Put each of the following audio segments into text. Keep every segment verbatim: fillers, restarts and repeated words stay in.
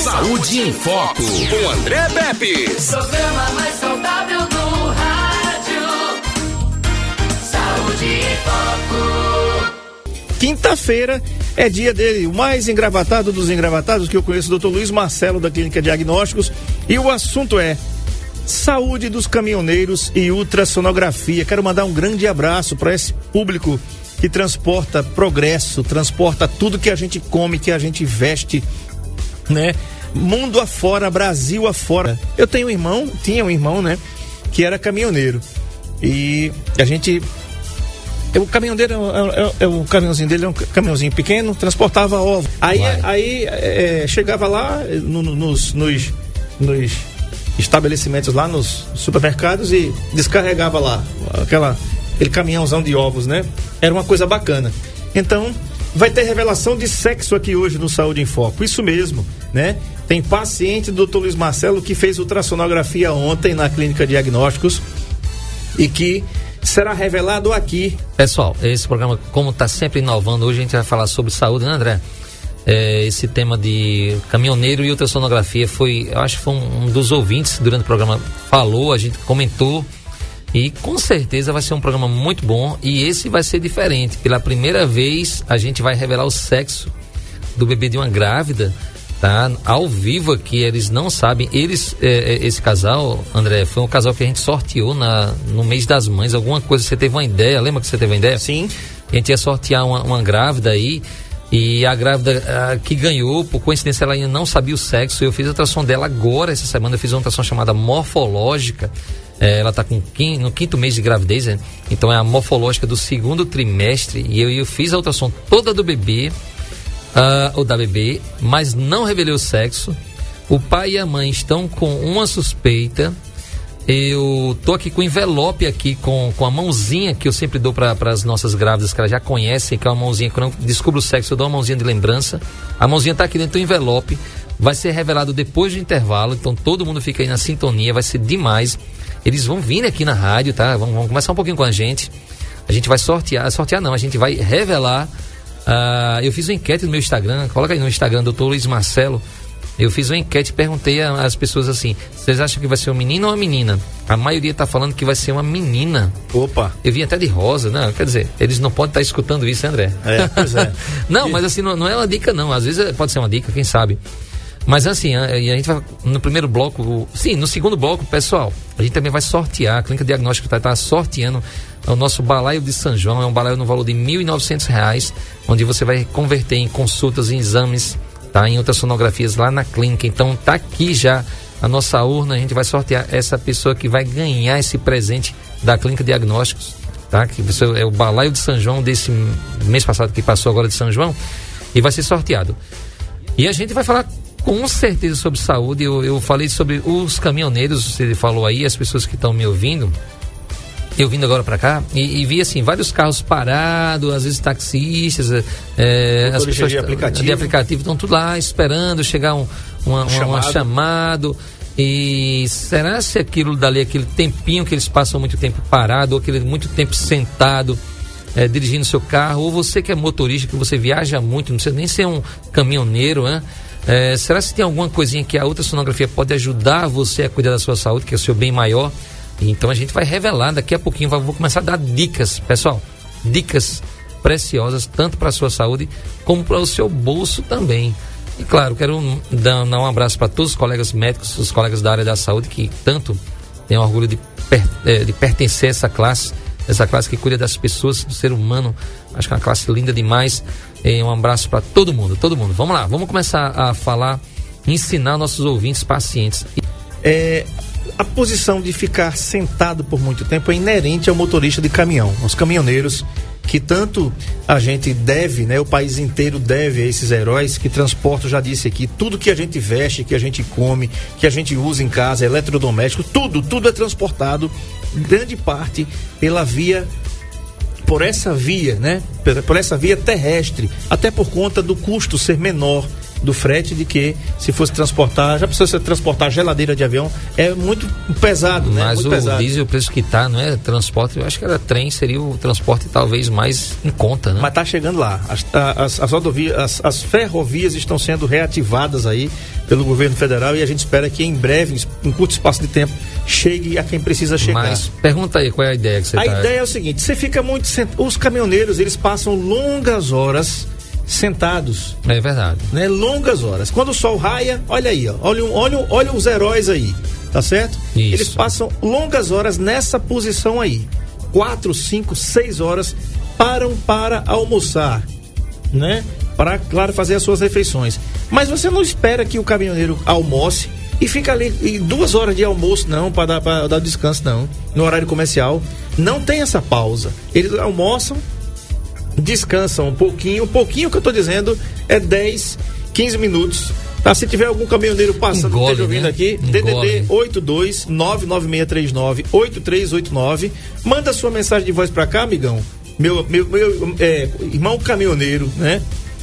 Saúde em Foco, com André Pepe. Programa mais saudável do rádio. Saúde em Foco. Quinta-feira é dia dele, o mais engravatado dos engravatados que eu conheço, doutor Luiz Marcelo, da Clínica Diagnósticos. E o assunto é saúde dos caminhoneiros e ultrassonografia. Quero mandar um grande abraço para esse público que transporta progresso, transporta tudo que a gente come, que a gente veste, né? Mundo afora, Brasil afora. Eu tenho um irmão, tinha um irmão, né? Que era caminhoneiro. E a gente... O caminhoneiro, é, é, é, o caminhãozinho dele é um caminhãozinho pequeno, transportava ovo. Aí, aí é, chegava lá no, no, nos, nos, nos estabelecimentos, lá nos supermercados, e descarregava lá aquela, aquele caminhãozão de ovos, né? Era uma coisa bacana. Então, vai ter revelação de sexo aqui hoje no Saúde em Foco. Isso mesmo, né? Tem paciente do doutor Luiz Marcelo que fez ultrassonografia ontem na Clínica Diagnósticos e que será revelado aqui. Pessoal, esse programa, como está sempre inovando, hoje a gente vai falar sobre saúde, né, André? É, esse tema de caminhoneiro e ultrassonografia foi, eu acho que foi um, um dos ouvintes durante o programa falou, a gente comentou, e com certeza vai ser um programa muito bom, e esse vai ser diferente. Pela primeira vez a gente vai revelar o sexo do bebê de uma grávida, tá? Ao vivo aqui, eles não sabem, eles, é, esse casal, André, foi um casal que a gente sorteou na, no mês das mães, alguma coisa, você teve uma ideia, lembra que você teve uma ideia? Sim. A gente ia sortear uma, uma grávida aí, e a grávida a, que ganhou, por coincidência ela ainda não sabia o sexo, eu fiz a ultrassom dela agora, essa semana eu fiz uma ultrassom chamada morfológica, é, ela está com quim, no quinto mês de gravidez, né? Então é a morfológica do segundo trimestre, e eu, eu fiz a ultrassom toda do bebê, Uh, ou da bebê, mas não revelei o sexo. O pai e a mãe estão com uma suspeita. Eu tô aqui com o envelope aqui, com, com a mãozinha que eu sempre dou para as nossas grávidas, que elas já conhecem, que é uma mãozinha, quando eu descubro o sexo, eu dou uma mãozinha de lembrança. A mãozinha tá aqui dentro do envelope, vai ser revelado depois do intervalo, então todo mundo fica aí na sintonia, vai ser demais. Eles vão vir aqui na rádio, tá? Vão, vão começar um pouquinho com a gente. A gente vai sortear, sortear não, a gente vai revelar. Uh, eu fiz uma enquete no meu Instagram, coloca aí no Instagram, doutor Luiz Marcelo. Eu fiz uma enquete e perguntei às pessoas assim: vocês acham que vai ser um menino ou uma menina? A maioria tá falando que vai ser uma menina. Opa! Eu vim até de rosa, né? Quer dizer, eles não podem estar escutando isso, né, André? É, pois é. Não, mas assim, não, não é uma dica não, às vezes pode ser uma dica, quem sabe. Mas assim, a, a gente vai no primeiro bloco, sim, no segundo bloco, pessoal, a gente também vai sortear, a Clínica Diagnóstica está tá sorteando o nosso balaio de São João, é um balaio no valor de mil e novecentos reais, onde você vai converter em consultas, em exames, tá? Em ultrassonografias lá na clínica. Então tá aqui já a nossa urna, a gente vai sortear essa pessoa que vai ganhar esse presente da Clínica Diagnósticos, tá? Que é o balaio de São João desse mês passado, que passou agora de São João, e vai ser sorteado. E a gente vai falar com certeza sobre saúde. Eu, eu falei sobre os caminhoneiros, você falou aí, as pessoas que estão me ouvindo. Eu vindo agora para cá e, e vi assim vários carros parados, às vezes taxistas, é, as pessoas de aplicativo. de aplicativo estão tudo lá esperando chegar um, uma, um, chamado. um chamado. E será se aquilo dali, aquele tempinho que eles passam muito tempo parado, ou aquele muito tempo sentado, é, dirigindo seu carro, ou você que é motorista, que você viaja muito, não precisa nem ser um caminhoneiro, né? É, será se tem alguma coisinha que a ultrassonografia pode ajudar você a cuidar da sua saúde, que é o seu bem maior? Então a gente vai revelar daqui a pouquinho, vou começar a dar dicas, pessoal, dicas preciosas, tanto para a sua saúde como para o seu bolso também. E claro, quero dar, dar um abraço para todos os colegas médicos, os colegas da área da saúde, que tanto têm orgulho de, per, de pertencer a essa classe, essa classe que cuida das pessoas, do ser humano. Acho que é uma classe linda demais. E um abraço para todo mundo, todo mundo. Vamos lá, vamos começar a falar, ensinar nossos ouvintes, pacientes. É... A posição de ficar sentado por muito tempo é inerente ao motorista de caminhão, aos caminhoneiros, que tanto a gente deve, né? O país inteiro deve a esses heróis que transportam, já disse aqui, tudo que a gente veste, que a gente come, que a gente usa em casa, eletrodoméstico, tudo, tudo é transportado, grande parte, pela via, por essa via, né? Por essa via terrestre, até por conta do custo ser menor do frete de que se fosse transportar, já precisa transportar geladeira de avião, é muito pesado, né? Mas muito o pesado. diesel, o preço que tá, não é transporte, eu acho que era trem, seria o transporte talvez mais em conta, né? Mas tá chegando lá. As, as, as rodovias, as, as ferrovias estão sendo reativadas aí pelo governo federal e a gente espera que em breve, em curto espaço de tempo, chegue a quem precisa chegar. Mas pergunta aí, qual é a ideia que você a tá... A ideia é o seguinte, você fica muito... Sent... Os caminhoneiros, eles passam longas horas sentados. É verdade. Né? Longas horas. Quando o sol raia, olha aí, ó, olha, olha, olha os heróis aí, tá certo? Isso. Eles passam longas horas nessa posição aí. Quatro, cinco, seis horas, param para almoçar, né? Para, claro, fazer as suas refeições. Mas você não espera que o caminhoneiro almoce e fica ali e duas horas de almoço, não, para dar, para dar descanso, não. No horário comercial, não tem essa pausa. Eles almoçam, descansam um pouquinho, um pouquinho que eu tô dizendo é dez, quinze minutos, tá? Se tiver algum caminhoneiro passando, Engole, esteja ouvindo, né? Aqui, D D D oito dois nove nove seis três nove oito três oito nove, manda sua mensagem de voz pra cá, amigão, meu, meu, meu é, irmão caminhoneiro, né?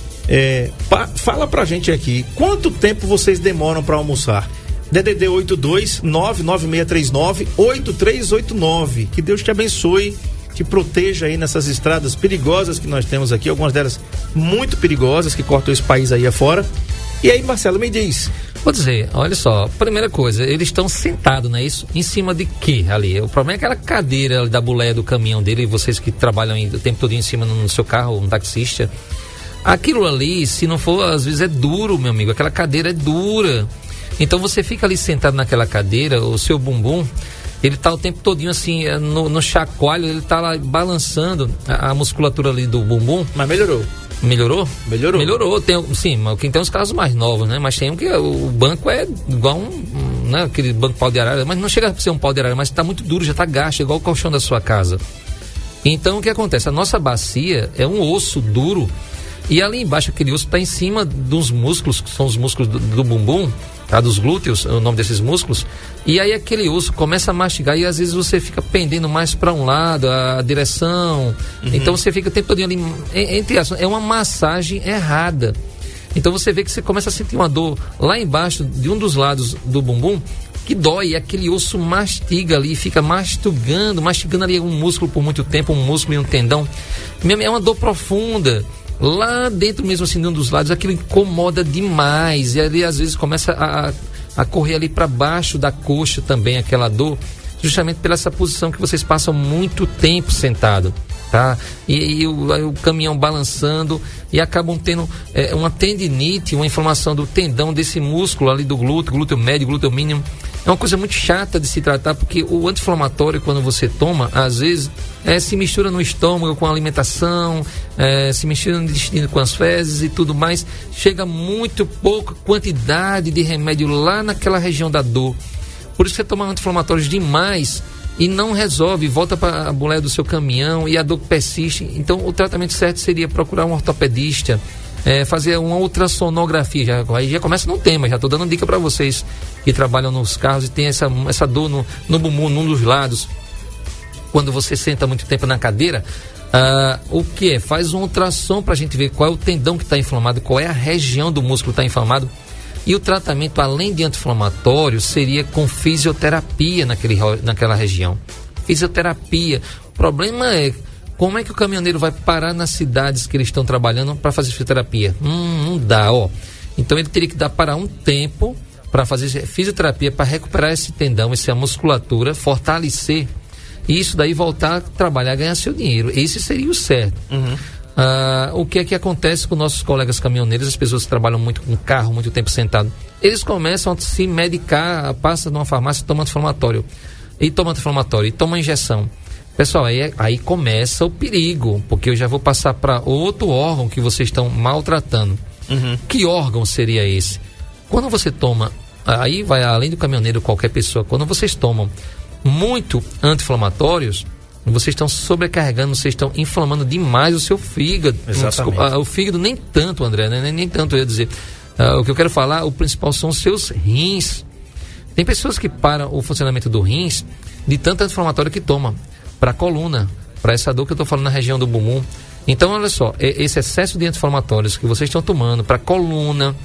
É, pa, fala pra gente aqui, quanto tempo vocês demoram pra almoçar? D D D oito dois nove nove seis três nove oito três oito nove, que Deus te abençoe, te proteja aí nessas estradas perigosas que nós temos aqui, algumas delas muito perigosas, que cortam esse país aí afora. E aí, Marcelo, me diz. Vou dizer, olha só, primeira coisa, eles estão sentados, não é isso? Em cima de quê ali? O problema é aquela cadeira da boleia do caminhão dele, vocês que trabalham aí o tempo todo em cima no seu carro, um taxista. Aquilo ali, se não for, às vezes é duro, meu amigo, aquela cadeira é dura. Então você fica ali sentado naquela cadeira, o seu bumbum, ele tá o tempo todinho assim, no, no chacoalho, ele tá lá balançando a, a musculatura ali do bumbum. Mas melhorou. Melhorou? Melhorou. Melhorou. Tem, sim, quem tem os carros mais novos, né? Mas tem um que o banco é igual um, um né? Aquele banco pau de arara, mas não chega a ser um pau de arara, mas tá muito duro, já tá gasto, igual o colchão da sua casa. Então o que acontece? A nossa bacia é um osso duro e ali embaixo aquele osso tá em cima dos músculos, que são os músculos do, do bumbum, tá? Dos glúteos, o nome desses músculos. E aí aquele osso começa a mastigar e às vezes você fica pendendo mais para um lado, a direção. Uhum. Então você fica o tempo todo ali, entre as, é uma massagem errada. Então você vê que você começa a sentir uma dor lá embaixo de um dos lados do bumbum, que dói, e aquele osso mastiga ali, fica mastigando, mastigando ali um músculo por muito tempo, um músculo e um tendão. É uma dor profunda. Lá dentro mesmo assim, de um dos lados, aquilo incomoda demais. E ali às vezes começa a, a correr ali para baixo da coxa também, aquela dor, justamente pela essa posição que vocês passam muito tempo sentado, tá? E, e o, o caminhão balançando e acabam tendo é, uma tendinite, uma inflamação do tendão desse músculo ali do glúteo, glúteo médio, glúteo mínimo. É uma coisa muito chata de se tratar, porque o anti-inflamatório, quando você toma, às vezes é, se mistura no estômago com a alimentação, é, se mistura no intestino com as fezes e tudo mais. Chega muito pouca quantidade de remédio lá naquela região da dor. Por isso você toma anti-inflamatórios demais e não resolve, volta para a boleia do seu caminhão e a dor persiste. Então o tratamento certo seria procurar um ortopedista, É, fazer uma ultrassonografia. Já, aí já começa no tema, já estou dando dica para vocês que trabalham nos carros e tem essa, essa dor no, no bumbum, num dos lados. Quando você senta muito tempo na cadeira, ah, o que é? Faz um ultrassom para a gente ver qual é o tendão que está inflamado, qual é a região do músculo que está inflamado. E o tratamento, além de anti-inflamatório, seria com fisioterapia naquele, naquela região. Fisioterapia. O problema é, como é que o caminhoneiro vai parar nas cidades que eles estão trabalhando para fazer fisioterapia? Hum, não dá, ó. Então ele teria que dar para um tempo para fazer fisioterapia, para recuperar esse tendão, essa musculatura, fortalecer. E isso daí voltar a trabalhar, ganhar seu dinheiro. Esse seria o certo. Uhum. Ah, o que é que acontece com nossos colegas caminhoneiros, as pessoas que trabalham muito com carro, muito tempo sentado? Eles começam a se medicar, passa numa farmácia e toma anti-inflamatório. E toma anti-inflamatório, e toma injeção. Pessoal, aí, aí começa o perigo, porque eu já vou passar para outro órgão que vocês estão maltratando. Uhum. Que órgão seria esse? Quando você toma, aí vai além do caminhoneiro, qualquer pessoa, quando vocês tomam muito anti-inflamatórios, vocês estão sobrecarregando, vocês estão inflamando demais o seu fígado. Exatamente. Desculpa, o fígado nem tanto, André, né? nem, nem tanto eu ia dizer. Uh, o que eu quero falar, o principal são os seus rins. Tem pessoas que param o funcionamento do rins de tanto anti-inflamatório que toma, para a coluna, para essa dor que eu estou falando na região do bumbum. Então, olha só, esse excesso de anti-inflamatórios que vocês estão tomando para a coluna,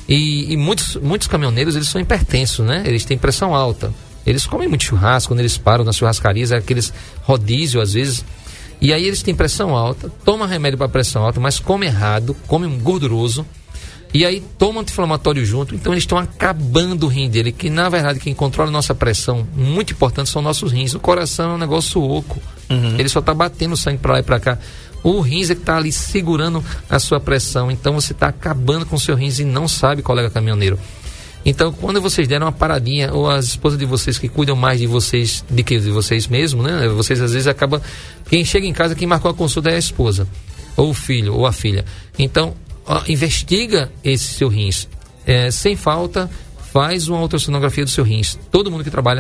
E, e muitos, muitos caminhoneiros, eles são hipertensos, né? Eles têm pressão alta. Eles comem muito churrasco, quando eles param nas churrascarias, é aqueles rodízio às vezes. E aí eles têm pressão alta, tomam remédio para pressão alta, mas comem errado, comem gorduroso. E aí tomam anti-inflamatório junto, então eles estão acabando o rim dele, que na verdade quem controla a nossa pressão, muito importante, são nossos rins. O coração é um negócio oco, uhum. Ele só está batendo sangue para lá e para cá. O rins é que está ali segurando a sua pressão, então você está acabando com o seu rins e não sabe, colega caminhoneiro. Então, quando vocês deram uma paradinha, ou as esposas de vocês que cuidam mais de vocês do que de vocês mesmos, né? Vocês às vezes acabam... Quem chega em casa, quem marcou a consulta é a esposa, ou o filho, ou a filha. Então, ó, investiga esse seu rins. É, sem falta, faz uma ultrassonografia do seu rins. Todo mundo que trabalha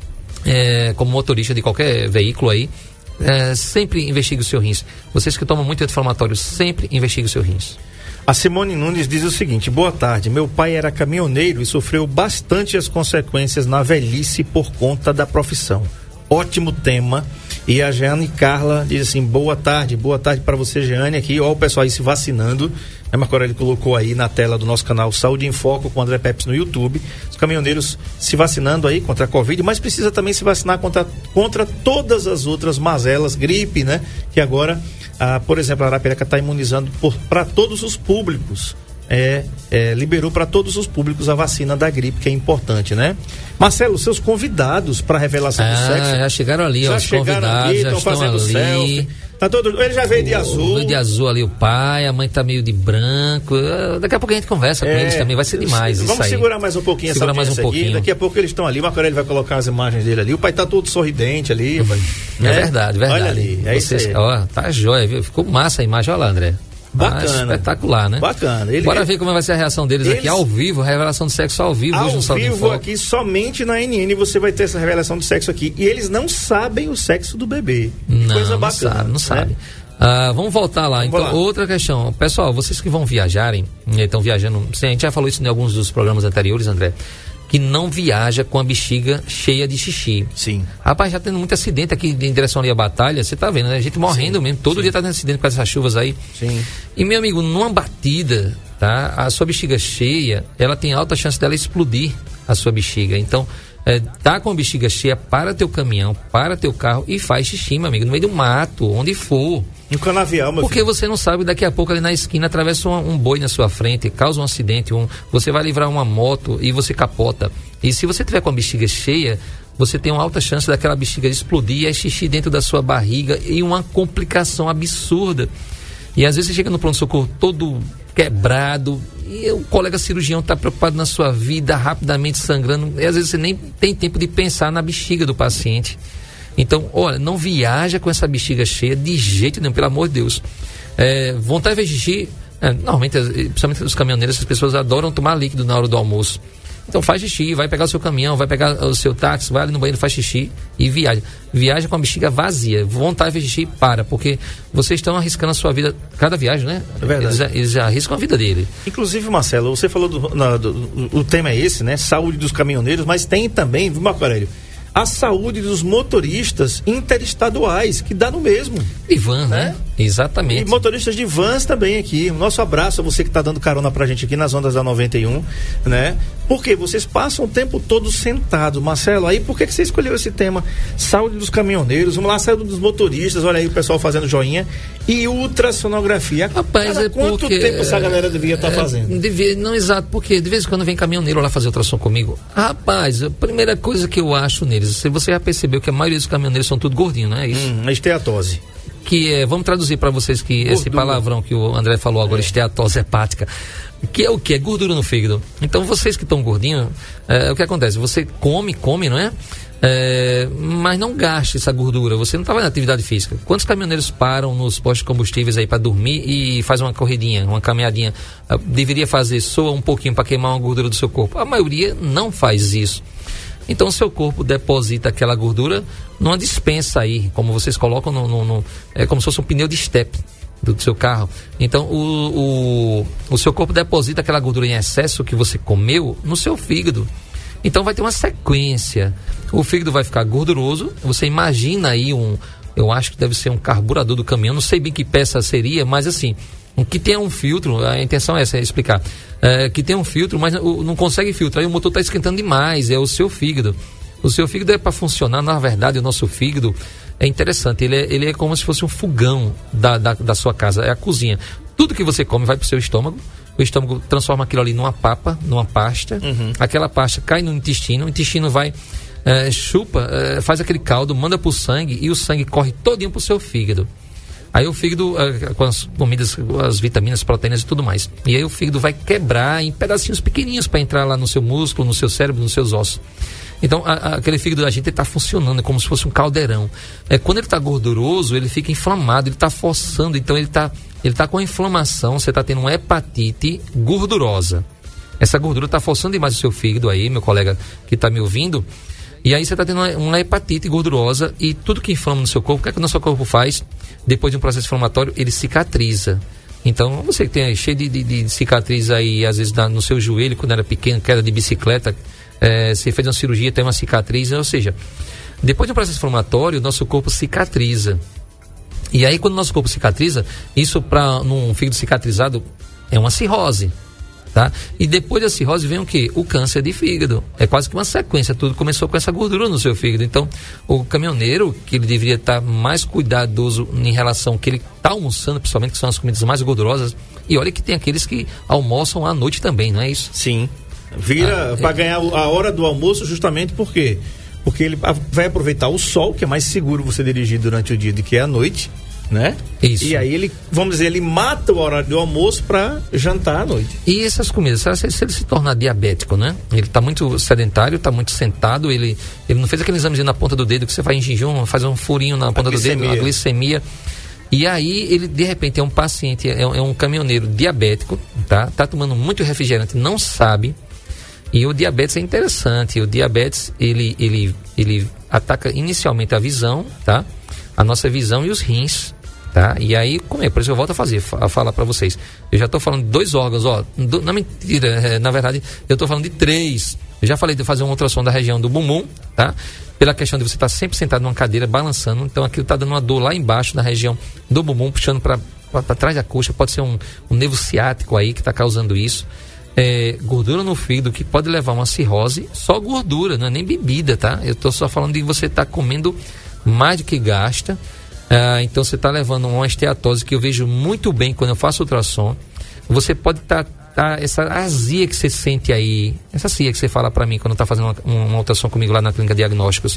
é, como motorista de qualquer veículo aí, é, sempre investigue o seu rins. Vocês que tomam muito anti-inflamatório, sempre investigue o seu rins. A Simone Nunes diz o seguinte: boa tarde, meu pai era caminhoneiro e sofreu bastante as consequências na velhice por conta da profissão. Ótimo tema. E a Jeane Carla diz assim: boa tarde, boa tarde para você, Jeane, aqui, ó, o pessoal aí se vacinando. A Marco Aurélio colocou aí na tela do nosso canal Saúde em Foco com o André Peps no YouTube, os caminhoneiros se vacinando aí contra a Covid, mas precisa também se vacinar contra, contra todas as outras mazelas, gripe, né, que agora Ah, por exemplo, a Arapiraca está imunizando para todos os públicos. É, é, liberou para todos os públicos a vacina da gripe, que é importante, né? Marcelo, seus convidados para a revelação ah, do sexo. Já chegaram ali, já ó, os convidados, ali, já estão fazendo ali. Selfie. Tá todo, ele já veio de azul. Veio de azul ali o pai, a mãe tá meio de branco. Daqui a pouco a gente conversa é, com eles também, vai ser demais isso aí. Vamos segurar mais um pouquinho Segura essa mais um aqui. pouquinho. Daqui a pouco eles estão ali, o Marco Aurélio vai colocar as imagens dele ali. O pai tá todo sorridente ali. É, né? verdade, verdade. Olha ali, é Vocês, isso aí. Ó, tá jóia, viu? Ficou massa a imagem, olha lá, André. Bacana. Ah, espetacular, né? Bacana. Ele, Bora ele, ver como vai ser a reação deles eles, aqui ao vivo, revelação de sexo ao vivo. Ao hoje no vivo aqui, somente na N N você vai ter essa revelação de sexo aqui. E eles não sabem o sexo do bebê. Não, coisa não bacana, sabe, não né? sabe. Ah, vamos voltar lá. Vamos então, lá. Outra questão. Pessoal, vocês que vão viajarem, estão viajando, a gente já falou isso em alguns dos programas anteriores, André, que não viaja com a bexiga cheia de xixi. Sim. Rapaz, já tendo muito acidente aqui em direção ali à batalha, você tá vendo, né? A gente morrendo Sim. mesmo, todo Sim. dia tá tendo acidente com essas chuvas aí. Sim. E, meu amigo, numa batida, tá? A sua bexiga cheia, ela tem alta chance dela explodir a sua bexiga. Então, é, tá com a bexiga cheia, para teu caminhão, para teu carro e faz xixi, meu amigo, no meio do mato, onde for. No canavial, meu Porque filho. você não sabe, daqui a pouco ali na esquina atravessa um, um boi na sua frente, causa um acidente, um, você vai livrar uma moto e você capota. E se você tiver com a bexiga cheia, você tem uma alta chance daquela bexiga explodir, é xixi dentro da sua barriga e uma complicação absurda. E às vezes você chega no pronto-socorro todo quebrado e o colega cirurgião está preocupado na sua vida, rapidamente sangrando, e às vezes você nem tem tempo de pensar na bexiga do paciente. Então, olha, não viaja com essa bexiga cheia de jeito nenhum, pelo amor de Deus. É, vontade de ver xixi, é, normalmente, principalmente os caminhoneiros, as pessoas adoram tomar líquido na hora do almoço. Então faz xixi, vai pegar o seu caminhão, vai pegar o seu táxi, vai ali no banheiro, faz xixi e viaja. Viaja com a bexiga vazia, vontade de ver xixi, para, porque vocês estão arriscando a sua vida, cada viagem, né? É verdade. Eles, eles arriscam a vida dele. Inclusive, Marcelo, você falou do, na, do, o tema é esse, né? Saúde dos caminhoneiros, mas tem também, viu, Marco Aurélio, a saúde dos motoristas interestaduais, que dá no mesmo. E van, né? né? Exatamente. E motoristas de vans também aqui. Nosso abraço a você que está dando carona pra gente aqui nas ondas da noventa e um, né? Porque vocês passam o tempo todo sentados. Marcelo, aí por que, que você escolheu esse tema? Saúde dos caminhoneiros, vamos lá, saúde dos motoristas, olha aí o pessoal fazendo joinha. E ultrassonografia. Rapaz, Cara, é quanto porque, tempo essa galera devia estar tá é, fazendo? Devia, não, exato, porque de vez em quando vem caminhoneiro lá fazer ultrassom comigo. Rapaz, a primeira coisa que eu acho neles, se você já percebeu que a maioria dos caminhoneiros são tudo gordinhos, não é isso? Hum, a esteatose. Que é, vamos traduzir para vocês que gordura. Esse palavrão que o André falou agora, é. esteatose hepática, que é o que? É gordura no fígado. Então vocês que estão gordinhos, é, o que acontece? Você come, come, não é? É, mas não gaste essa gordura, você não está fazendo atividade física. Quantos caminhoneiros param nos postos de combustíveis aí para dormir e faz uma corridinha, uma caminhadinha? Ah, deveria fazer, soa um pouquinho para queimar uma gordura do seu corpo. A maioria não faz isso. Então o seu corpo deposita aquela gordura numa dispensa aí, como vocês colocam no, no, no é como se fosse um pneu de estepe do seu carro. Então o, o, o seu corpo deposita aquela gordura em excesso que você comeu no seu fígado. Então vai ter uma sequência. O fígado vai ficar gorduroso. Você imagina aí um, eu acho que deve ser um carburador do caminhão, não sei bem que peça seria, mas assim, que tenha um filtro, a intenção é essa, é explicar, é, que tenha um filtro, mas o, não consegue filtrar, e o motor está esquentando demais, é o seu fígado. O seu fígado é para funcionar, na verdade, o nosso fígado é interessante, ele é, ele é como se fosse um fogão da, da, da sua casa, é a cozinha. Tudo que você come vai para o seu estômago, o estômago transforma aquilo ali numa papa, numa pasta, uhum. aquela pasta cai no intestino, o intestino vai, é, chupa, é, faz aquele caldo, manda para o sangue, e o sangue corre todinho para o seu fígado. Aí o fígado, uh, com as comidas, as vitaminas, proteínas e tudo mais. E aí o fígado vai quebrar em pedacinhos pequenininhos para entrar lá no seu músculo, no seu cérebro, nos seus ossos. Então, a, a, aquele fígado da gente está funcionando como se fosse um caldeirão. É, quando ele está gorduroso, ele fica inflamado, ele está forçando, então ele está ele tá com inflamação, você está tendo uma hepatite gordurosa. Essa gordura está forçando demais o seu fígado aí, meu colega que está me ouvindo. E aí você está tendo uma, uma hepatite gordurosa, e tudo que inflama no seu corpo, o que é que o nosso corpo faz? Depois de um processo inflamatório, ele cicatriza. Então, você que tem cheio de, de, de cicatriz aí, às vezes na, no seu joelho, quando era pequeno, queda de bicicleta, é, você fez uma cirurgia, tem uma cicatriz, ou seja, depois de um processo inflamatório, o nosso corpo cicatriza. E aí, quando o nosso corpo cicatriza, isso para num fígado cicatrizado é uma cirrose. Tá? E depois da cirrose vem o quê? O câncer de fígado. É quase que uma sequência, tudo começou com essa gordura no seu fígado. Então, o caminhoneiro, que ele deveria estar mais cuidadoso em relação ao que ele está almoçando, principalmente, que são as comidas mais gordurosas. E olha que tem aqueles que almoçam à noite também, não é isso? Sim. Vira ah, para é... ganhar a hora do almoço, justamente por quê? Porque ele vai aproveitar o sol, que é mais seguro você dirigir durante o dia do que à noite, né? Isso. E aí ele, vamos dizer, ele mata o horário do almoço para jantar à noite. E essas comidas, se, se ele se tornar diabético, né? Ele está muito sedentário, está muito sentado, ele, ele não fez aquele examezinho na ponta do dedo que você vai em jejum, faz um furinho na ponta do dedo, a glicemia. E aí ele, de repente, é um paciente, é, é um caminhoneiro diabético, tá? Tá tomando muito refrigerante, não sabe. E o diabetes é interessante, o diabetes, ele, ele, ele ataca inicialmente a visão, tá? A nossa visão e os rins, tá? E aí, como é? Por isso eu volto a fazer, a falar para vocês. Eu já estou falando de dois órgãos, ó. Do, não, mentira, é, na verdade, eu estou falando de três. Eu já falei de fazer uma ultrassom da região do bumbum, tá? Pela questão de você estar tá sempre sentado numa cadeira, balançando. Então, aquilo está dando uma dor lá embaixo, na região do bumbum, puxando para trás da coxa. Pode ser um, um nervo ciático aí que está causando isso. É, gordura no fígado que pode levar a uma cirrose, só gordura, não é nem bebida, tá? Eu estou só falando de você estar tá comendo mais do que gasta. Ah, então você está levando uma esteatose que eu vejo muito bem quando eu faço ultrassom. Você pode estar, tá, tá, essa azia que você sente aí, essa azia que você fala para mim quando está fazendo uma, uma ultrassom comigo lá na clínica Diagnósticos,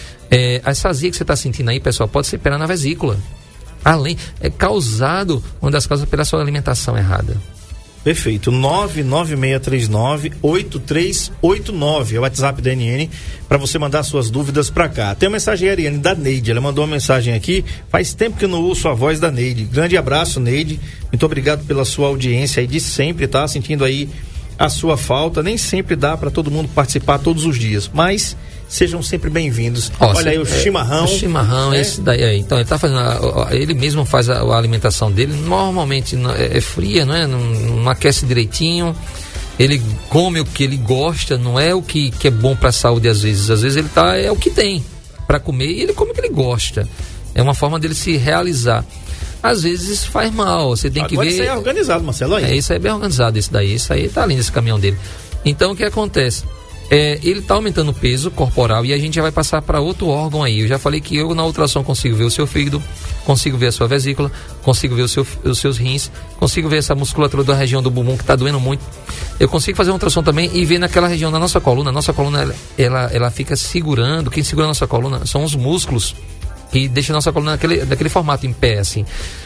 é, essa azia que você está sentindo aí, pessoal, pode ser pela na vesícula. Além, é causado, uma das causas pela sua alimentação errada. Perfeito, nove nove seis três nove oito três oito nove é o WhatsApp da N N para você mandar suas dúvidas para cá. Tem uma mensagem, Ariane, da Neide, ela mandou uma mensagem aqui, faz tempo que eu não ouço a voz da Neide. Grande abraço, Neide, muito obrigado pela sua audiência aí de sempre, tá? Sentindo aí a sua falta, nem sempre dá para todo mundo participar todos os dias, mas sejam sempre bem-vindos. Ó, olha aí o é, chimarrão. O chimarrão, é? esse daí aí. Então ele tá fazendo, a, a, ele mesmo faz a, a alimentação dele, normalmente é, é fria, não é? Não, não aquece direitinho. Ele come o que ele gosta, não é o que, que é bom para a saúde às vezes. Às vezes ele tá, é o que tem para comer e ele come o que ele gosta. É uma forma dele se realizar. Às vezes isso faz mal, você tem Agora que ver. Isso aí é organizado, Marcelo, aí. É, isso aí é bem organizado, isso daí, isso aí tá lindo esse caminhão dele. Então o que acontece? É, ele está aumentando o peso corporal e a gente já vai passar para outro órgão aí. Eu já falei que eu na ultrassom consigo ver o seu fígado, consigo ver a sua vesícula, consigo ver o seu, os seus rins, consigo ver essa musculatura da região do bumbum que está doendo muito. Eu consigo fazer uma ultrassom também e ver naquela região da nossa coluna. A nossa coluna, ela, ela, ela fica segurando, quem segura a nossa coluna são os músculos que deixam a nossa coluna naquele, naquele formato em pé, assim.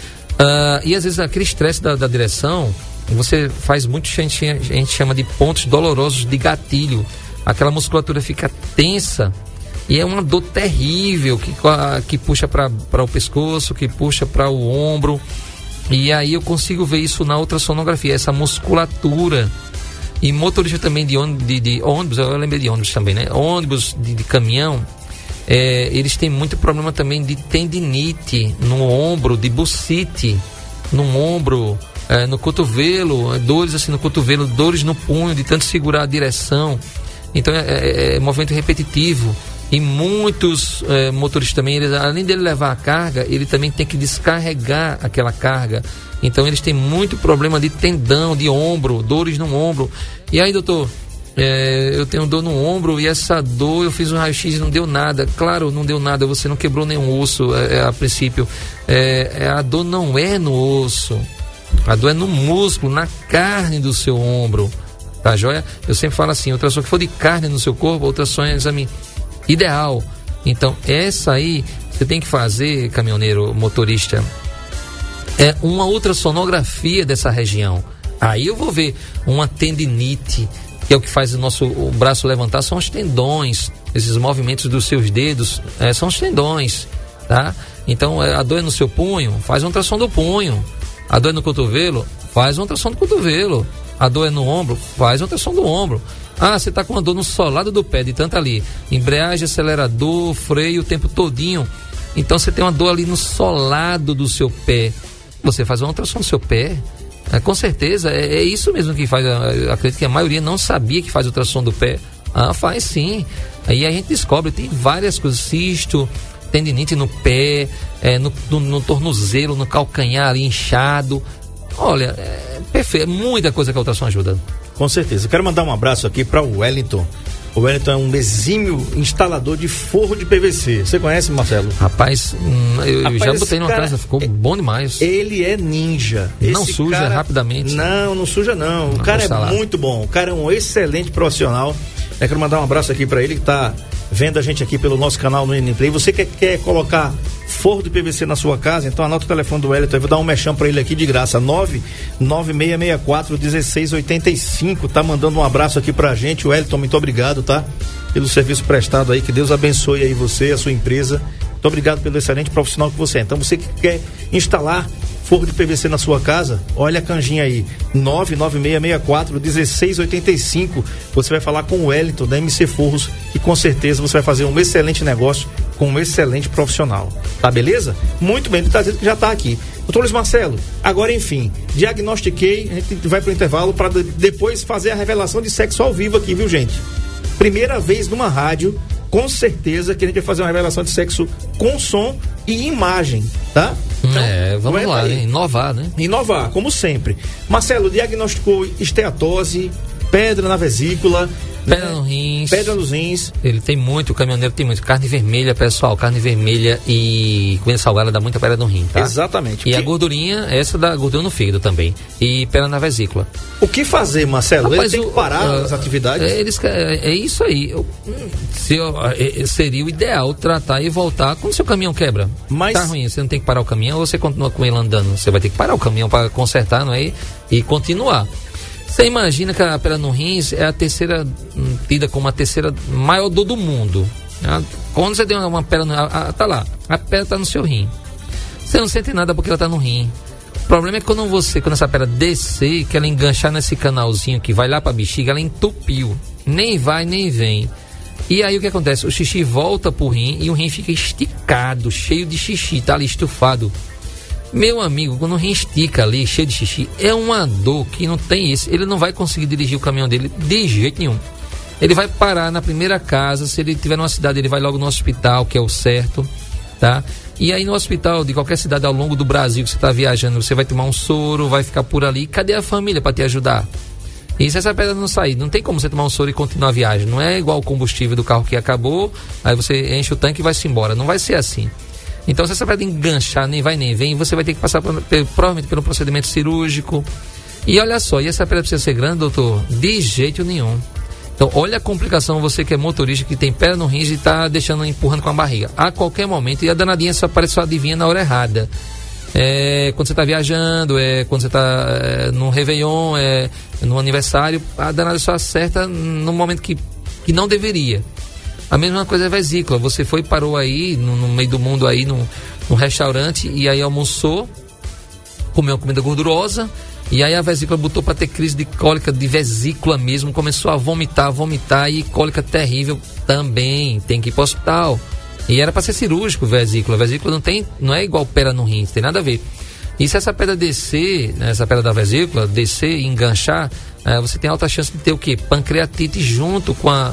Uh, e às vezes aquele estresse da, da direção, você faz muito, a gente, a gente chama de pontos dolorosos de gatilho. Aquela musculatura fica tensa e é uma dor terrível que, que puxa para o pescoço, que puxa para o ombro. E aí eu consigo ver isso na ultrassonografia, essa musculatura. E motorista também de, ônibus, de, de ônibus, eu lembrei de ônibus também, né? Ônibus de, de caminhão, é, eles têm muito problema também de tendinite no ombro, de bursite no ombro, é, no cotovelo, dores assim no cotovelo, dores no punho, de tanto segurar a direção. Então é, é, é movimento repetitivo. E muitos eh, motoristas também, eles, além dele levar a carga, ele também tem que descarregar aquela carga. Então eles têm muito problema de tendão, de ombro, dores no ombro. E aí, doutor, eh, eu tenho dor no ombro e essa dor, eu fiz um raio-x e não deu nada. Claro, não deu nada, você não quebrou nenhum osso eh, a princípio. Eh, a dor não é no osso, a dor é no músculo, na carne do seu ombro. Tá joia? Eu sempre falo assim, ultrassom que for de carne no seu corpo, ultrassom é exame ideal. Então, essa aí, você tem que fazer, caminhoneiro, motorista, é uma ultrassonografia dessa região. Aí eu vou ver uma tendinite, que é o que faz o nosso o braço levantar, são os tendões. Esses movimentos dos seus dedos é, são os tendões, tá? Então, a dor é no seu punho, faz um ultrassom do punho. A dor é no cotovelo, faz um ultrassom do cotovelo. A dor é no ombro, faz um ultrassom do ombro. Ah, você está com uma dor no solado do pé, de tanto ali, embreagem, acelerador, freio o tempo todinho. Então você tem uma dor ali no solado do seu pé. Você faz uma ultrassom do seu pé. É, com certeza, é, é isso mesmo que faz. Eu acredito que a maioria não sabia que faz ultrassom do pé. Ah, faz sim. Aí a gente descobre, tem várias coisas, cisto, tendinite no pé, é, no, no, no tornozelo, no calcanhar ali inchado. Olha, é perfeito, é muita coisa que a ultrassom ajuda. Com certeza. Eu quero mandar um abraço aqui para o Wellington. O Wellington é um exímio instalador de forro de P V C. Você conhece, Marcelo? Rapaz, hum, eu Rapaz, já botei numa cara, casa, ficou é, bom demais. Ele é ninja. Não Esse suja cara, rapidamente. Não, não suja não. O não cara é lá. muito bom. O cara é um excelente profissional. Eu quero mandar um abraço aqui para ele que está vendo a gente aqui pelo nosso canal no N Play. Você que quer colocar forro de P V C na sua casa, então anota o telefone do Wellington. Eu vou dar um mexão para ele aqui de graça. nove nove seis seis quatro um seis oito cinco. Tá mandando um abraço aqui pra gente. Wellington, muito obrigado, tá? Pelo serviço prestado aí. Que Deus abençoe aí você, a sua empresa. Muito obrigado pelo excelente profissional que você é. Então você que quer instalar forro de P V C na sua casa, olha a canjinha aí, nove nove seis seis quatro um seis oito cinco. Você vai falar com o Wellington da M C Forros, que com certeza você vai fazer um excelente negócio com um excelente profissional. Tá beleza? Muito bem, ele tá dizendo que já tá aqui. Doutor Luiz Marcelo, agora enfim, diagnostiquei, a gente vai pro intervalo para de, depois fazer a revelação de sexo ao vivo aqui, viu, gente? Primeira vez numa rádio, com certeza que a gente vai fazer uma revelação de sexo com som e imagem, tá? Então, é, vamos lá, né? Inovar, né? Inovar, como sempre. Marcelo, diagnosticou esteatose, pedra na vesícula, pedra no rins. Pedra nos rins. Ele tem muito, o caminhoneiro tem muito. Carne vermelha, pessoal, carne vermelha e comida salgada dá muita pedra no rim, tá? Exatamente. E que... a gordurinha, essa da gordura no fígado também. E pedra na vesícula. O que fazer, Marcelo? Rapaz, ele tem que parar uh, as atividades? É, eles, é, é isso aí. Eu, se eu, é, seria o ideal tratar e voltar quando seu caminhão quebra. Mas... Tá ruim, você não tem que parar o caminhão ou você continua com ele andando? Você vai ter que parar o caminhão para consertar, não é? E continuar. Você imagina que a pedra no rins é a terceira, tida como a terceira maior dor do mundo. Quando você tem uma pedra, no, a, a, tá lá, a pedra está no seu rim. Você não sente nada porque ela está no rim. O problema é que quando você, quando essa pedra descer, que ela enganchar nesse canalzinho que vai lá para a bexiga, ela entupiu. Nem vai, nem vem. E aí o que acontece? O xixi volta pro rim e o rim fica esticado, cheio de xixi, tá ali estufado. Meu amigo, quando o rim estica ali, cheio de xixi, é uma dor que não tem isso. Ele não vai conseguir dirigir o caminhão dele de jeito nenhum. Ele vai parar na primeira casa, se ele estiver numa cidade, ele vai logo no hospital, que é o certo, tá? E aí no hospital de qualquer cidade ao longo do Brasil que você está viajando, você vai tomar um soro, vai ficar por ali. Cadê a família para te ajudar? E se essa pedra não sair, não tem como você tomar um soro e continuar a viagem. Não é igual o combustível do carro que acabou, aí você enche o tanque e vai-se embora. Não vai ser assim. Então, se essa pedra enganchar, nem vai nem vem, você vai ter que passar por, provavelmente pelo procedimento cirúrgico. E olha só, e essa pedra precisa ser grande, doutor? De jeito nenhum. Então, olha a complicação, você que é motorista, que tem pedra no rins e está deixando, empurrando com a barriga. A qualquer momento, e a danadinha só aparece, só adivinha na hora errada. É, quando você está viajando, é, quando você está é, no Réveillon, é, no aniversário, a danada só acerta no momento que, que não deveria. A mesma coisa é a vesícula. Você foi e parou aí, no, no meio do mundo aí, no, no restaurante, e aí almoçou, comeu uma comida gordurosa, e aí a vesícula botou para ter crise de cólica de vesícula mesmo, começou a vomitar, vomitar, e cólica terrível também, tem que ir para o hospital. E era para ser cirúrgico vesícula. A vesícula não tem, não é igual pedra no rim, tem nada a ver. E se essa pedra descer, né, essa pedra da vesícula, descer e enganchar, é, você tem alta chance de ter o quê? Pancreatite junto com a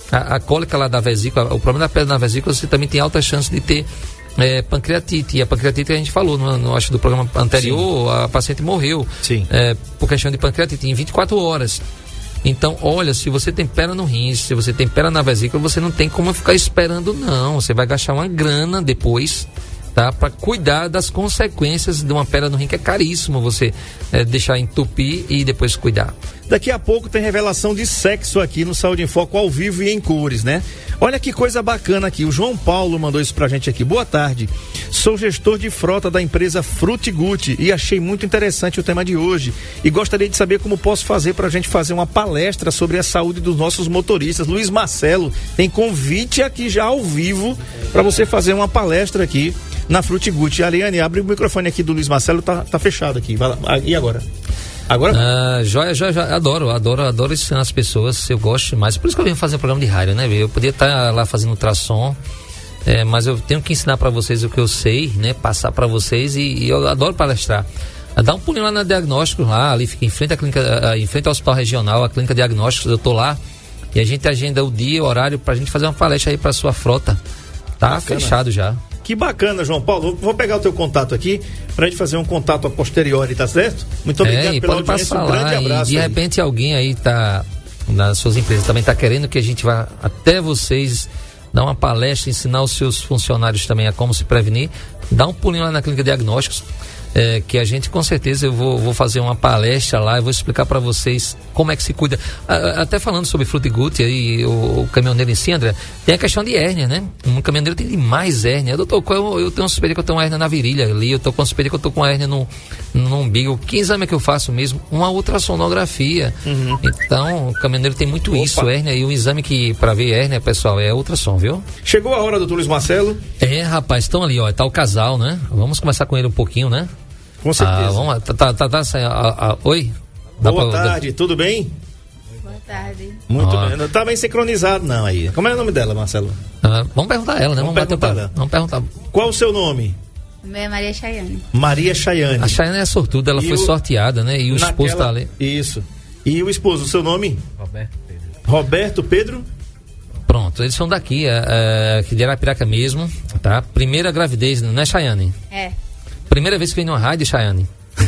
a, a cólica lá da vesícula, o problema da pedra na vesícula, você também tem alta chance de ter é, pancreatite. E a pancreatite a gente falou, no, no acho do programa anterior, Sim. a paciente morreu é, por questão de pancreatite em vinte e quatro horas. Então, olha, se você tem pedra no rins, se você tem pedra na vesícula, você não tem como ficar esperando, não. Você vai gastar uma grana depois, tá? Para cuidar das consequências de uma pedra no rim, que é caríssimo você é, deixar entupir e depois cuidar. Daqui a pouco tem revelação de sexo aqui no Saúde em Foco ao vivo e em cores, né? Olha que coisa bacana aqui, o João Paulo mandou isso pra gente aqui. Boa tarde, sou gestor de frota da empresa Frutiguti e achei muito interessante o tema de hoje e gostaria de saber como posso fazer pra gente fazer uma palestra sobre a saúde dos nossos motoristas. Luiz Marcelo tem convite aqui já ao vivo pra você fazer uma palestra aqui na Frutiguti. Ariane, abre o microfone aqui do Luiz Marcelo, tá, tá fechado aqui. Vai lá. E agora? Agora? Ah, joia, joia, joia, adoro, adoro, adoro ensinar as pessoas, eu gosto mais, por isso que eu venho fazer um programa de rádio, né? Eu podia estar lá fazendo ultrassom, é, mas eu tenho que ensinar para vocês o que eu sei, né? Passar para vocês e, e eu adoro palestrar. Dá um pulinho lá na Diagnósticos, lá, ali fica em frente à clínica, em frente ao Hospital Regional, a Clínica Diagnósticos, eu tô lá e a gente agenda o dia, o horário pra gente fazer uma palestra aí pra sua frota. Tá Bacana. Fechado já. Que bacana, João Paulo. Vou pegar o teu contato aqui pra gente fazer um contato a posteriori, tá certo? Muito obrigado é, pela pode audiência, passar um grande lá, abraço. E de aí. repente alguém aí tá, nas suas empresas também tá querendo que a gente vá até vocês dar uma palestra, ensinar os seus funcionários também a como se prevenir. Dá um pulinho lá na Clínica Diagnósticos, é, que a gente com certeza eu vou, vou fazer uma palestra lá, eu vou explicar para vocês como é que se cuida. A, até falando sobre Frutiguti aí, o, o caminhoneiro em si, André, tem a questão de hérnia, né? Um caminhoneiro tem demais hérnia. Doutor, eu, eu tenho uma suspeita que eu tenho uma hérnia na virilha ali, eu tô com uma suspeita que eu tô com uma hérnia no, no umbigo. Que exame é que eu faço mesmo? Uma ultrassonografia. Uhum. Então, o caminhoneiro tem muito Opa. isso, hérnia, e o exame que para ver hérnia, pessoal, é ultrassom, viu? Chegou a hora, doutor Luiz Marcelo. É, rapaz, estão ali, ó, tá o casal, né? Vamos conversar com ele um pouquinho, né? Com certeza. Ah, vamos lá. Tá, tá, tá, tá, a, a, oi? Dá Boa pra, tarde, dá... tudo bem? Boa tarde. Muito ah. bem. Não tá bem sincronizado, não, aí. Como é o nome dela, Marcelo? Ah, vamos perguntar a ela, né? Vamos, vamos perguntar ela. Vamos perguntar. Qual o seu nome? O meu é Maria Chayane. Maria Chayane. A Chayane é sortuda, ela e foi o... sorteada, né? E o Naquela... esposo tá ali. Isso. E o esposo, o seu nome? Roberto Pedro. Roberto Pedro? Pronto, eles são daqui, é, é, que de Arapiraca mesmo, tá? Primeira gravidez, não é, Chayane? É. Primeira vez que vem numa rádio, Chayane.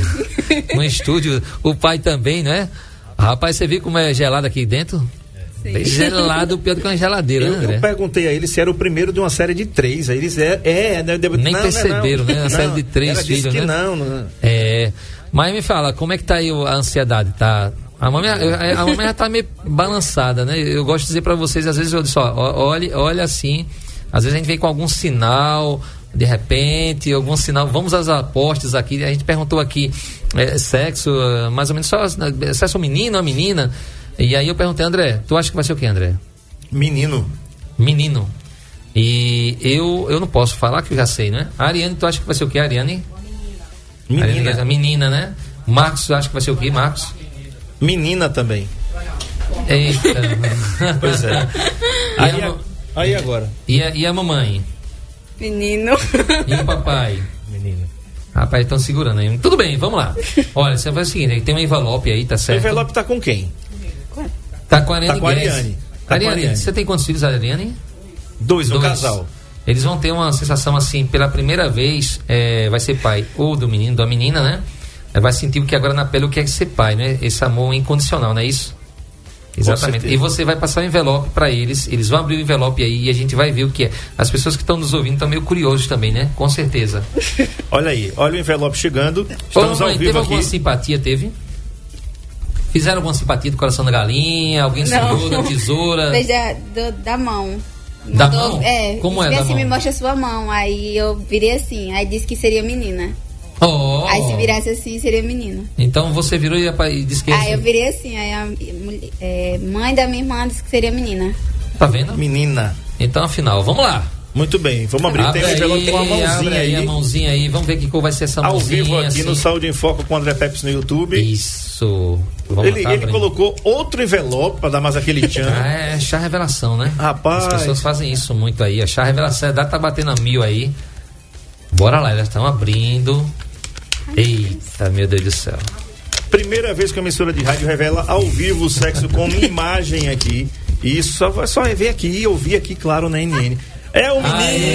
No estúdio, o pai também, né? Rapaz, você viu como é gelado aqui dentro? Sim. Gelado, pior do que uma geladeira, eu, né, André? Eu perguntei a eles se era o primeiro de uma série de três. Aí eles é, é, né? Nem não, perceberam, não, né? Uma não, série de três ela filhos, disse que né? Não, não. É. Mas me fala, como é que tá aí a ansiedade? Tá? A mamãe, a mamãe já tá meio balançada, né? Eu gosto de dizer pra vocês, às vezes eu disse, ó, olha, olha assim, às vezes a gente vem com algum sinal, de repente, algum sinal, vamos às apostas aqui, a gente perguntou aqui, é, sexo, mais ou menos só, sexo menino ou menina? E aí eu perguntei, André, tu acha que vai ser o quê, André? Menino. Menino. E eu, eu não posso falar que eu já sei, né? A Ariane, tu acha que vai ser o quê, Ariane? Menina. Ariane, menina, né? Marcos, tu acha que vai ser o quê, Marcos? Menina também. Eita. Pois é. Aí, a, aí agora. E a, e a mamãe? Menino. E o papai? Menino. Rapaz, estão segurando aí. Tudo bem, vamos lá. Olha, você faz o seguinte, tem um envelope aí, tá certo? O envelope tá com quem? Tá com a Ariane. Tá com a Ariane. Tá Ariane, com a Ariane. Você tem quantos filhos, Ariane? Dois, no Dois. casal. Eles vão ter uma sensação assim, pela primeira vez, é, vai ser pai ou do menino, da menina, né? Vai sentir o que agora na pele o que é ser pai, né? Esse amor incondicional, não é isso? Exatamente. E você vai passar o envelope para eles, eles vão abrir o envelope aí e a gente vai ver o que é. As pessoas que estão nos ouvindo estão meio curiosos também, né? Com certeza. Olha aí, olha o envelope chegando. Estamos Ô, mãe, ao vivo teve aqui. Alguma simpatia, teve? Fizeram alguma simpatia do coração da galinha? Alguém segurou da tesoura? Desde a, do, da mão. Da Mandou, mão? É. Como é da assim, mão? me mostra a sua mão. Aí eu virei assim, aí disse que seria menina. Oh. Aí se virasse assim, seria menino. Então você virou e, e disse que... Aí eu virei assim, aí a é, mãe da minha irmã disse que seria menina. Tá vendo? Menina. Então, afinal, vamos lá. Muito bem, vamos abrir. Abre Tem um envelope com a mãozinha abre aí. a mãozinha aí, vamos ver que cor vai ser essa Ao mãozinha. vivo aqui assim. no Saúde em Foco com o André Peps no YouTube. Isso. Vamos Ele, tá ele colocou outro envelope para dar mais aquele tchan. Ah, é chá revelação, né? Rapaz. As pessoas fazem isso muito aí. A chá revelação, a data tá batendo a mil aí. Bora lá, elas estão abrindo. Eita, meu Deus do céu. Primeira vez que a emissora de rádio revela ao vivo o sexo com uma imagem aqui. Isso, só, só ver aqui e ouvir aqui, claro, na N N. É o menino!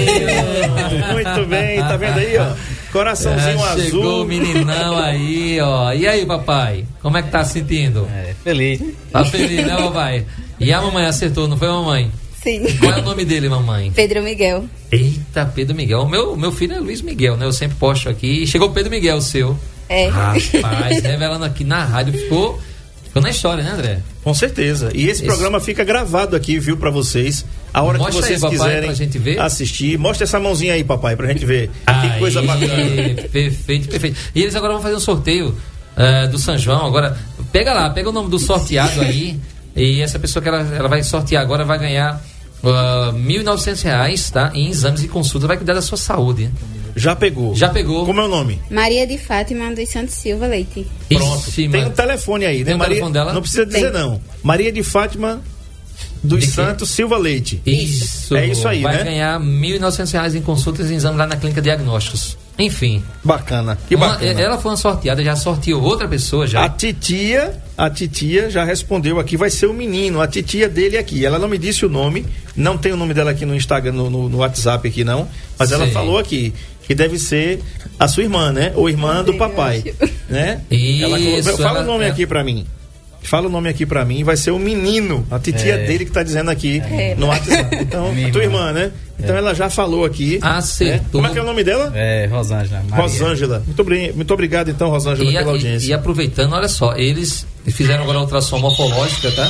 Aê. Muito bem, tá vendo aí, ó? Coraçãozinho é, azul. Chegou o meninão aí, ó. E aí, papai? Como é que tá se sentindo? É, feliz. Tá feliz, né, papai? E a mamãe acertou, não foi, mamãe? Sim. Qual é o nome dele, mamãe? Pedro Miguel. Eita, Pedro Miguel. O meu, meu filho é Luiz Miguel, né? Eu sempre posto aqui. Chegou o Pedro Miguel, o seu. É. Rapaz, revelando aqui na rádio, ficou, ficou na história, né, André? Com certeza. E esse, esse... programa fica gravado aqui, viu, pra vocês. A hora Mostra que vocês aí, papai, quiserem pra gente ver. assistir. Mostra essa mãozinha aí, papai, pra gente ver. Aí, que coisa bacana. Perfeito, perfeito. E eles agora vão fazer um sorteio uh, do São João. Agora, pega lá, pega o nome do sorteado aí. E essa pessoa que ela, ela vai sortear agora vai ganhar uh, mil e novecentos reais, tá? Em exames e consultas. Vai cuidar da sua saúde. Já pegou. Já pegou. Como é o nome? Maria de Fátima dos Santos Silva Leite. Pronto. Ixi, tem um telefone aí, né, tem um Maria? Telefone dela? Não precisa dizer tem. não. Maria de Fátima dos Santos Silva Leite. Isso. É isso aí, vai né? Vai ganhar mil e novecentos reais em consultas e exames lá na Clínica Diagnósticos. Enfim. Bacana. Que Uma, bacana. ela foi uma sorteada, já sorteou outra pessoa já. A titia, a titia já respondeu aqui, vai ser o menino, a titia dele aqui. Ela não me disse o nome, não tem o nome dela aqui no Instagram, no, no, no WhatsApp aqui não, mas Sei. ela falou aqui que deve ser a sua irmã, né? Ou irmã do papai, né? Isso. Ela, fala ela, o nome é... aqui pra mim. Fala o nome aqui pra mim, vai ser o menino, a titia é. dele que tá dizendo aqui é. no WhatsApp. Então, a tua irmã, né? Então é. ela já falou aqui. Acertou. Né? Como é que é o nome dela? É, Rosângela. Maria. Rosângela. Muito, muito obrigado, então, Rosângela, e, pela e, audiência. E aproveitando, olha só, eles fizeram agora a ultrassom morfológica, tá?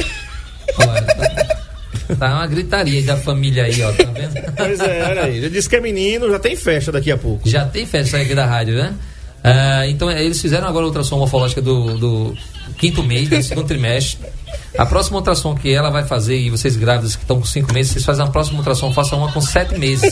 Olha, tá, tá uma gritaria da família aí, ó, tá vendo? Pois é, olha aí. Já disse que é menino, já tem festa daqui a pouco. Já tem festa aqui da rádio, né? Ah, então eles fizeram agora a ultrassom morfológica do, do quinto mês, do segundo trimestre. A próxima ultrassom que ela vai fazer, e vocês grávidas que estão com cinco meses, vocês fazem a próxima ultrassom, façam uma com sete meses.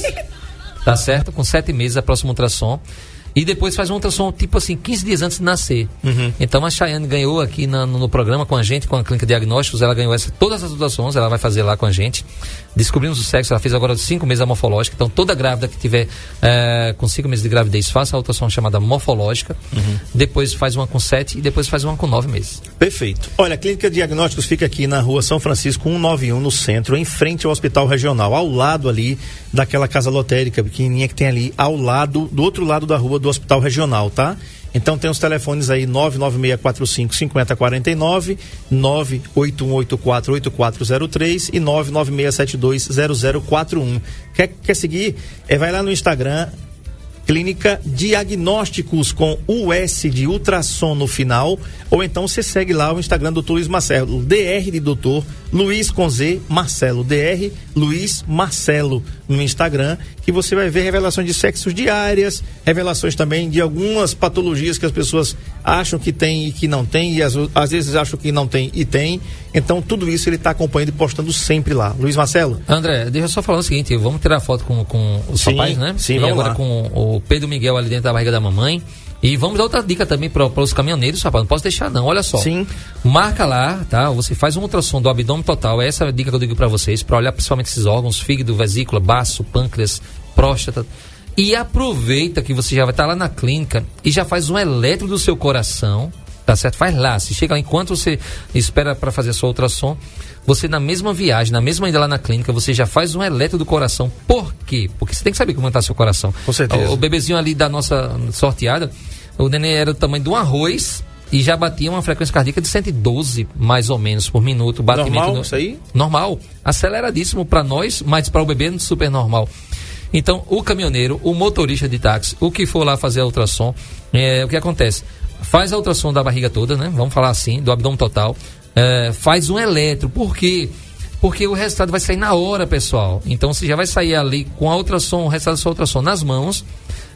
Tá certo? Com sete meses a próxima ultrassom. E depois faz um ultrassom, tipo assim, quinze dias antes de nascer. Uhum. Então a Chayane ganhou aqui na, no, no programa com a gente, com a Clínica Diagnósticos, ela ganhou essa, todas as ultrassons, ela vai fazer lá com a gente. Descobrimos o sexo, ela fez agora cinco meses a morfológica. Então toda grávida que tiver é, com cinco meses de gravidez, faça a ultrassom chamada morfológica. Uhum. Depois faz uma com sete e depois faz uma com nove meses. Perfeito. Olha, a Clínica Diagnósticos fica aqui na rua São Francisco cento e noventa e um, no centro, em frente ao Hospital Regional, ao lado ali daquela casa lotérica pequenininha que tem ali, ao lado, do outro lado da rua do Hospital Regional, tá? Então tem os telefones aí nove nove seis quatro cinco cinco zero quatro nove, nove oito um oito quatro oito quatro zero três e nove nove seis sete dois zero zero quatro um. Quer, quer seguir? É, vai lá no Instagram, Clínica Diagnósticos com U S de ultrassom no final, ou então você segue lá o Instagram do doutor Luiz Marcelo, D R de doutor Luiz com Z Marcelo, D R Luiz Marcelo no Instagram, que você vai ver revelações de sexos diárias, revelações também de algumas patologias que as pessoas acham que tem e que não tem, e às, às vezes acham que não tem e tem. Então tudo isso ele está acompanhando e postando sempre lá. Luiz Marcelo? André, deixa eu só falar o seguinte, vamos tirar foto com, com os sim, papais, né? Sim, e vamos agora lá. Com o Pedro Miguel ali dentro da barriga da mamãe. E vamos dar outra dica também para os caminhoneiros, rapaz, não posso deixar não, olha só. Sim. Marca lá, tá? Você faz um ultrassom do abdômen total, essa é a dica que eu digo para vocês, para olhar principalmente esses órgãos, fígado, vesícula, baço, pâncreas, próstata. E aproveita que você já vai estar lá na clínica e já faz um eletro do seu coração, tá certo? Faz lá, se chega lá, enquanto você espera para fazer a sua ultrassom, você na mesma viagem, na mesma ida lá na clínica, você já faz um eletro do coração. Por quê? Porque você tem que saber como está seu coração. Com certeza. O, o bebezinho ali da nossa sorteada, o neném era do tamanho de um arroz e já batia uma frequência cardíaca de cento e doze, mais ou menos, por minuto. Batimento normal no... isso aí? Normal. Aceleradíssimo para nós, mas para o bebê super normal. Então, o caminhoneiro, o motorista de táxi, o que for lá fazer a ultrassom, é, o que acontece? Faz a ultrassom da barriga toda, né? Vamos falar assim, do abdômen total. É, faz um eletro. Por quê? Porque o resultado vai sair na hora, pessoal. Então você já vai sair ali com a ultrassom, o resultado da sua ultrassom nas mãos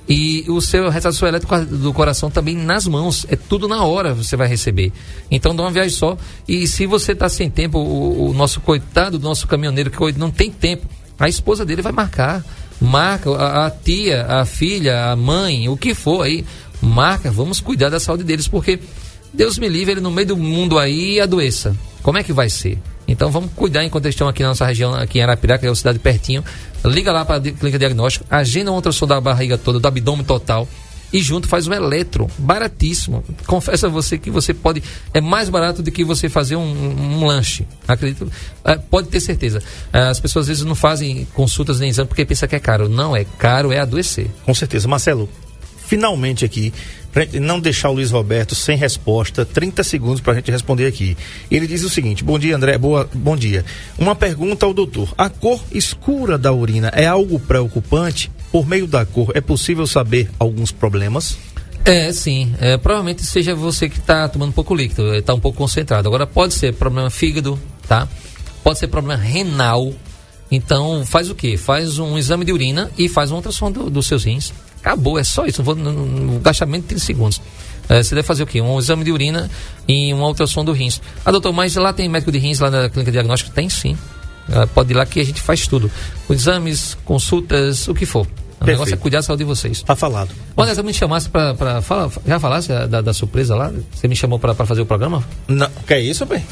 e o seu resultado do seu eletro do coração também nas mãos. É tudo na hora você vai receber. Então dá uma viagem só. E se você está sem tempo, o, o nosso coitado do nosso caminhoneiro que não tem tempo, a esposa dele vai marcar. Marca, a, a tia, a filha, a mãe, o que for aí, marca, vamos cuidar da saúde deles, porque Deus me livre, ele no meio do mundo aí adoeça. Como é que vai ser? Então vamos cuidar enquanto eles estão aqui na nossa região, aqui em Arapiraca, que é uma cidade pertinho. Liga lá para a Clínica Diagnóstico, agenda uma ultrassom da barriga toda, do abdômen total. e junto faz um eletro, baratíssimo. Confesso a você que você pode, é mais barato do que você fazer um, um, um lanche, acredito, é, pode ter certeza. As pessoas às vezes não fazem consultas nem exame porque pensam que é caro. Não é caro, é adoecer. Com certeza. Marcelo, finalmente aqui, pra gente não deixar o Luiz Roberto sem resposta, trinta segundos pra gente responder aqui. Ele diz o seguinte: bom dia, André, boa, bom dia. Uma pergunta ao doutor: a cor escura da urina é algo preocupante? Por meio da cor, é possível saber alguns problemas? É, sim. É, provavelmente seja você que está tomando pouco líquido, está um pouco concentrado. Agora, pode ser problema fígado, tá? Pode ser problema renal. Então, faz o quê? Faz um exame de urina e faz um ultrassom do, dos seus rins. Acabou, é só isso. Não vou no gastamento de trinta segundos. É, você deve fazer o quê? Um exame de urina e um ultrassom do rins. Ah, doutor, mas lá tem médico de rins lá na clínica diagnóstica? Tem sim. É, pode ir lá que a gente faz tudo. Exames, consultas, o que for. O Perfeito. negócio é cuidar da saúde de vocês. Tá falado. Olha, você me chamasse pra, pra fala, já falasse da, da surpresa lá? Você me chamou pra, pra fazer o programa? Não, que é isso, bem?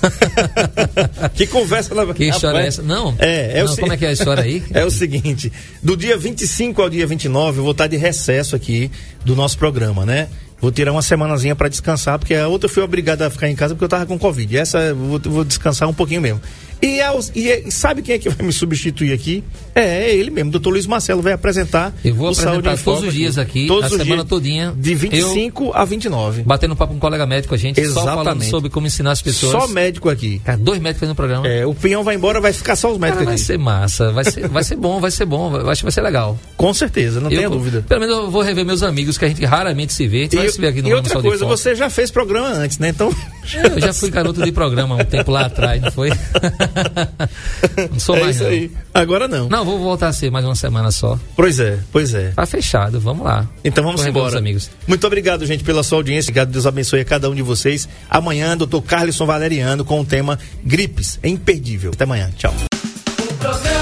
Que conversa na... Que história é essa? Não, é, é não o como se... é que é a história aí? É o seguinte, do dia vinte e cinco ao dia vinte e nove eu vou estar de recesso aqui do nosso programa, né? Vou tirar uma semanazinha para descansar, porque a outra eu fui obrigado a ficar em casa porque eu tava com Covid. Essa eu vou, vou descansar um pouquinho mesmo. E, aos, e, e sabe quem é que vai me substituir aqui? É, é ele mesmo, doutor Luiz Marcelo vai apresentar. Eu vou o apresentar todos os dias aqui, todos a os semana dias, todinha. De vinte e cinco a vinte e nove. Batendo papo com um colega médico, a gente Exatamente. só falando sobre como ensinar as pessoas. Só médico aqui. Cara, dois médicos fazendo o programa. É, o Pinhão vai embora, vai ficar só os médicos Cara, vai aqui. ser massa, vai ser, vai ser bom, vai ser bom, eu acho que vai ser legal. Com certeza, não eu, tenha dúvida. Pelo menos eu vou rever meus amigos, que a gente raramente se vê. A gente E, vai se ver aqui no e outra Saúde coisa, Foco. você já fez programa antes, né? Então... É, eu já fui garoto de programa um tempo lá atrás, não foi? Não sou é mais isso não. aí. Agora não. Não, vou voltar a ser mais uma semana só. Pois é, pois é. Tá fechado, vamos lá. Então vamos Vou rever embora. os amigos. Muito obrigado, gente, pela sua audiência. Obrigado, Deus abençoe a cada um de vocês. Amanhã, doutor Carlson Valeriano com o tema gripes. É imperdível. Até amanhã. Tchau. O programa